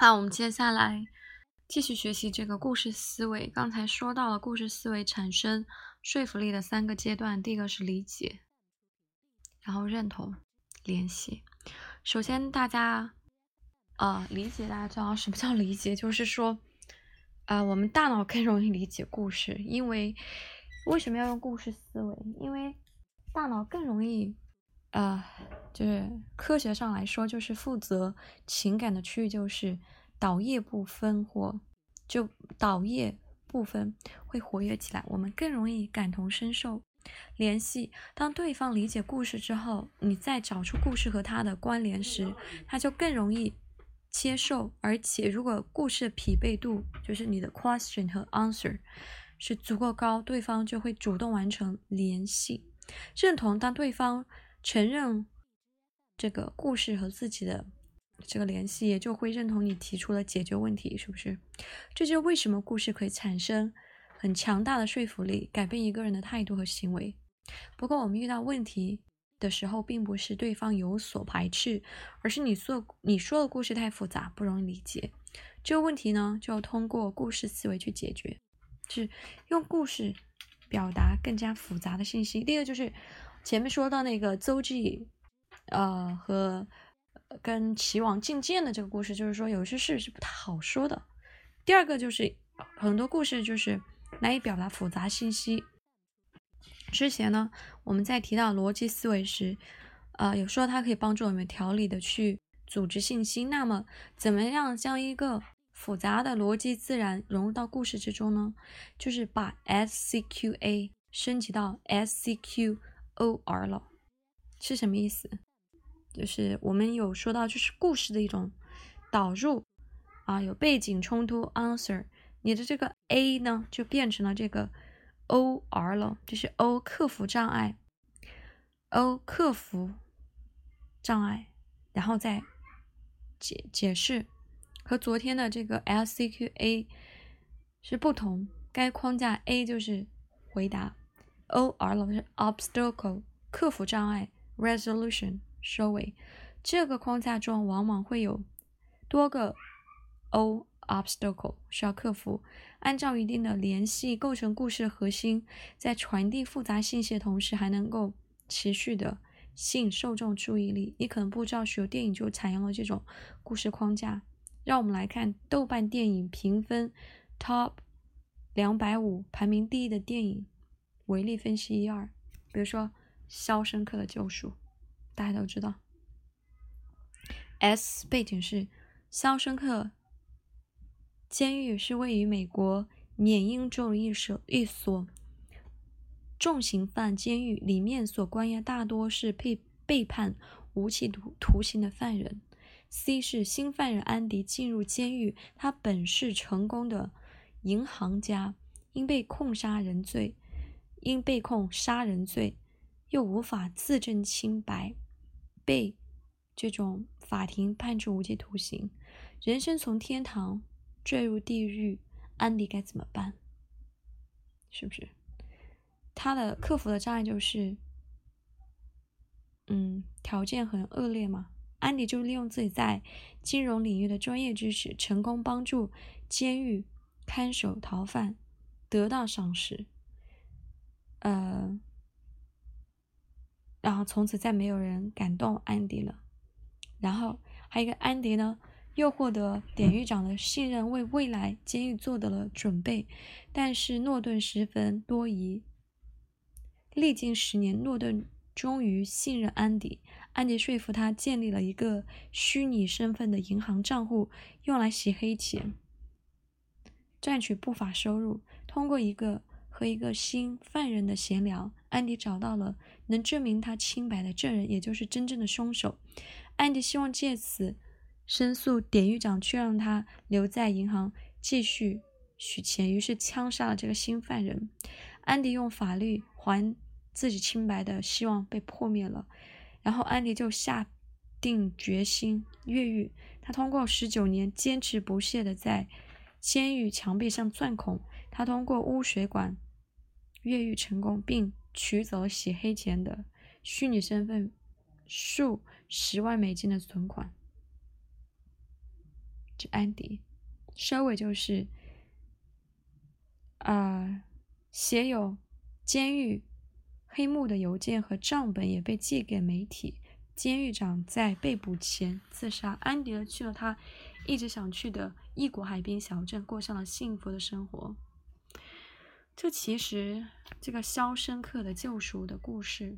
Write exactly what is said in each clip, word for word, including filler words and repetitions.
好，我们接下来继续学习这个故事思维。刚才说到了故事思维产生说服力的三个阶段，第一个是理解，然后认同、联系。首先，大家呃理解，大家知道什么叫理解？就是说，呃，我们大脑更容易理解故事，因为为什么要用故事思维？因为大脑更容易。呃，就是科学上来说，就是负责情感的区域就是岛叶部分或就岛叶部分会活跃起来，我们更容易感同身受、联系。当对方理解故事之后，你再找出故事和他的关联时，他就更容易接受。而且，如果故事的匹配度，就是你的 question 和 answer 是足够高，对方就会主动完成联系、认同。当对方承认这个故事和自己的这个联系，也就会认同你提出了解决问题，是不是？这就是为什么故事可以产生很强大的说服力，改变一个人的态度和行为。不过我们遇到问题的时候，并不是对方有所排斥，而是你说你说的故事太复杂，不容易理解。这个问题呢，就通过故事思维去解决，是用故事表达更加复杂的信息。第一个就是前面说到那个邹忌呃和跟齐王进谏的这个故事，就是说有些事是不太好说的。第二个就是很多故事就是难以表达复杂信息。之前呢，我们在提到逻辑思维时，呃，有说它可以帮助我们条理的去组织信息。那么，怎么样将一个复杂的逻辑自然融入到故事之中呢？就是把 S C Q A 升级到 S C Q O R 了。是什么意思？就是我们有说到，就是故事的一种导入啊，有背景冲突 answer， 你的这个 A 呢就变成了这个 O R 了，就是 O 克服障碍 ，O 克服障碍，然后再解解释，和昨天的这个 S C Q A 是不同。该框架 A 就是回答 ，O R 了是 obstacle 克服障碍 ，resolution 收尾。这个框架中往往会有多个 O obstacle 需要克服，按照一定的联系构成故事的核心，在传递复杂信息的同时，还能够持续的吸引受众注意力。你可能不知道，许多电影就采用了这种故事框架。让我们来看豆瓣电影评分 Top 两百五排名第一的电影，为例分析一二。比如说《肖申克的救赎》，大家都知道。S 背景是肖申克监狱是位于美国缅因州的一所一所重刑犯监狱，里面所关押大多是被被判无期徒徒刑的犯人。C 是新犯人安迪进入监狱，他本是成功的银行家，因被控杀人罪，因被控杀人罪，又无法自证清白，被这种法庭判处无期徒刑。人生从天堂坠入地狱，安迪该怎么办？是不是？他的克服的障碍就是，嗯，条件很恶劣嘛。安迪就利用自己在金融领域的专业知识，成功帮助监狱看守逃犯得到赏识。呃，然后从此再没有人敢动安迪了。然后还有一个安迪呢，又获得典狱长的信任，为未来监狱做得了准备，但是诺顿十分多疑。历经十年，诺顿终于信任安迪。安迪说服他建立了一个虚拟身份的银行账户，用来洗黑钱，赚取不法收入。通过一个和一个新犯人的闲聊，安迪找到了能证明他清白的证人，也就是真正的凶手。安迪希望借此申诉典狱长，却让他留在银行继续取钱，于是枪杀了这个新犯人。安迪用法律还自己清白的希望被破灭了，然后安迪就下定决心越狱。他通过十九年坚持不懈的在监狱墙壁上钻孔，他通过污水管越狱成功，并取走洗黑钱的虚拟身份数十万美金的存款。 就安迪。收尾就是呃，写有监狱黑幕的邮件和账本也被寄给媒体。监狱长在被捕前自杀，安迪去了他一直想去的异国海滨小镇，过上了幸福的生活。这其实这个《肖申克的救赎》的故事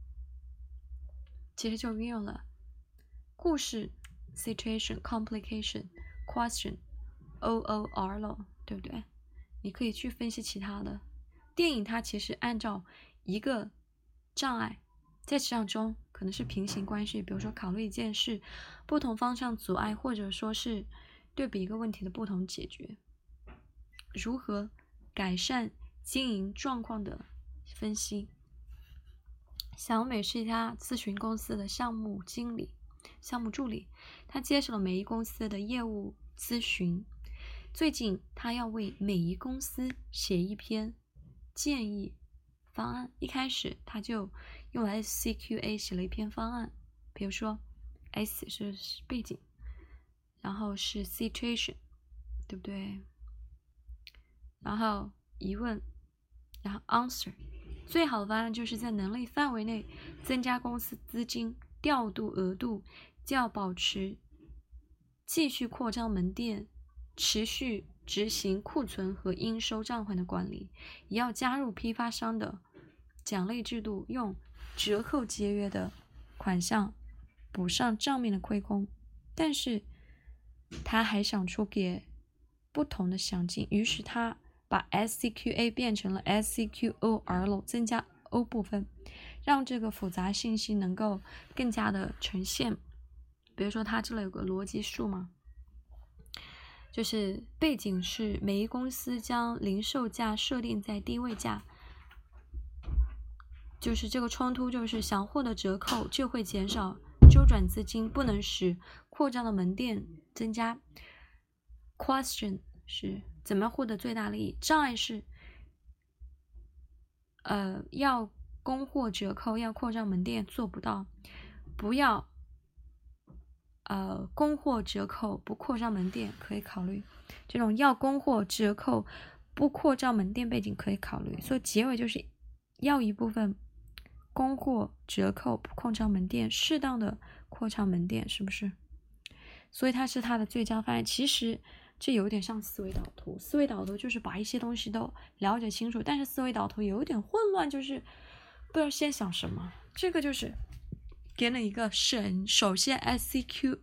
其实就运用了故事 situation complication question O O R 了，对不对？你可以去分析其他的电影，它其实按照一个障碍在职场中可能是平行关系，比如说考虑一件事不同方向阻碍，或者说是对比一个问题的不同解决，如何改善经营状况的分析。小美是一家咨询公司的项目经理、项目助理，她接手了美一公司的业务咨询。最近，她要为美一公司写一篇建议方案。一开始，她就用 S C Q A 写了一篇方案，比如说 S 是背景，然后是 situation， 对不对？然后疑问，然后 answer。最好的方案就是在能力范围内增加公司资金调度额度，就要保持继续扩张门店，持续执行库存和应收账款的管理，也要加入批发商的奖励制度，用折扣节约的款项补上账面的亏空。但是他还想出给不同的奖金，于是他把 S C Q A 变成了 S C Q O R， 增加 O 部分，让这个复杂信息能够更加的呈现。比如说它这里有个逻辑树嘛，就是背景是美一公司将零售价设定在低位价，就是这个冲突就是想获得折扣就会减少周转资金，不能使扩张的门店增加。Question 是怎么获得最大利益？障碍是呃要供货折扣，要扩张门店做不到，不要呃供货折扣不扩张门店可以考虑，这种要供货折扣不扩张门店背景可以考虑。所以结尾就是要一部分供货折扣不扩张门店，适当的扩张门店，是不是？所以它是它的最佳方案。其实这有点像思维导图，思维导图就是把一些东西都了解清楚，但是思维导图有点混乱，就是不知道先想什么。这个就是给了一个神，首先 S C Q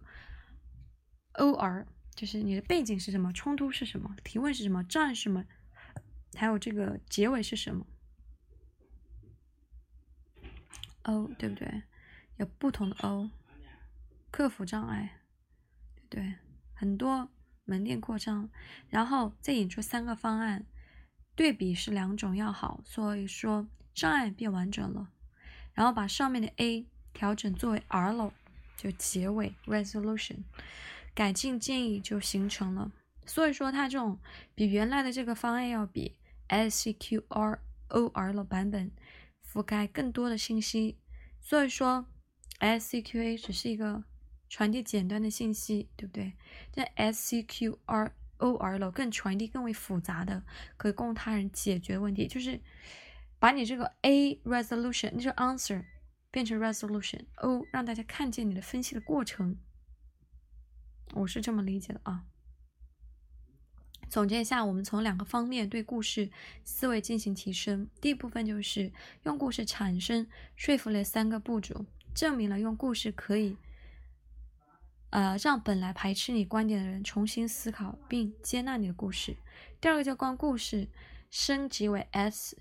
O R 就是你的背景是什么，冲突是什么，提问是什么，障碍是什么，还有这个结尾是什么。O 对不对？有不同的 O， 克服障碍，对不对？很多门店扩张，然后再引出三个方案，对比是两种要好，所以说障碍变完整了。然后把上面的 A 调整作为 R 了，就结尾 resolution， 改进建议就形成了。所以说它这种比原来的这个方案要比 S C Q O R 的版本覆盖更多的信息。所以说 S C Q A 只是一个传递简单的信息，对不对？但 S C Q O R 更传递更为复杂的，可以供他人解决问题，就是把你这个 A resolution， 你这 answer 变成 resolution， O 让大家看见你的分析的过程。我是这么理解的啊。总结一下，我们从两个方面对故事思维进行提升。第一部分就是用故事产生说服力三个步骤，证明了用故事可以呃，让本来排斥你观点的人重新思考并接纳你的故事。第二个叫将故事升级为 S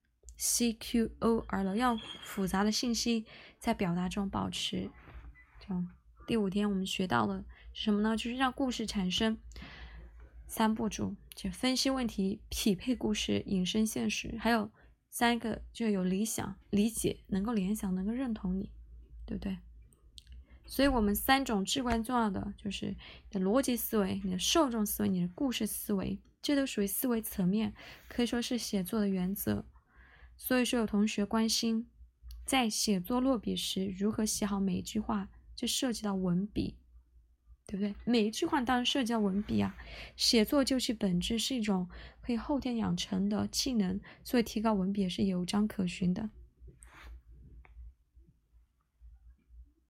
C Q O R 了，让复杂的信息在表达中保持。第五天我们学到了什么呢？就是让故事产生三步骤，就分析问题、匹配故事、引申现实，还有三个就有理想、理解、能够联想、能够认同你，对不对？所以我们三种至关重要的就是你的逻辑思维、你的受众思维、你的故事思维，这都属于思维层面，可以说是写作的原则。所以说有同学关心在写作落笔时如何写好每一句话，就涉及到文笔。 对不对？每一句话当然涉及到文笔啊，写作究其本质是一种可以后天养成的技能，所以提高文笔也是有章可循的。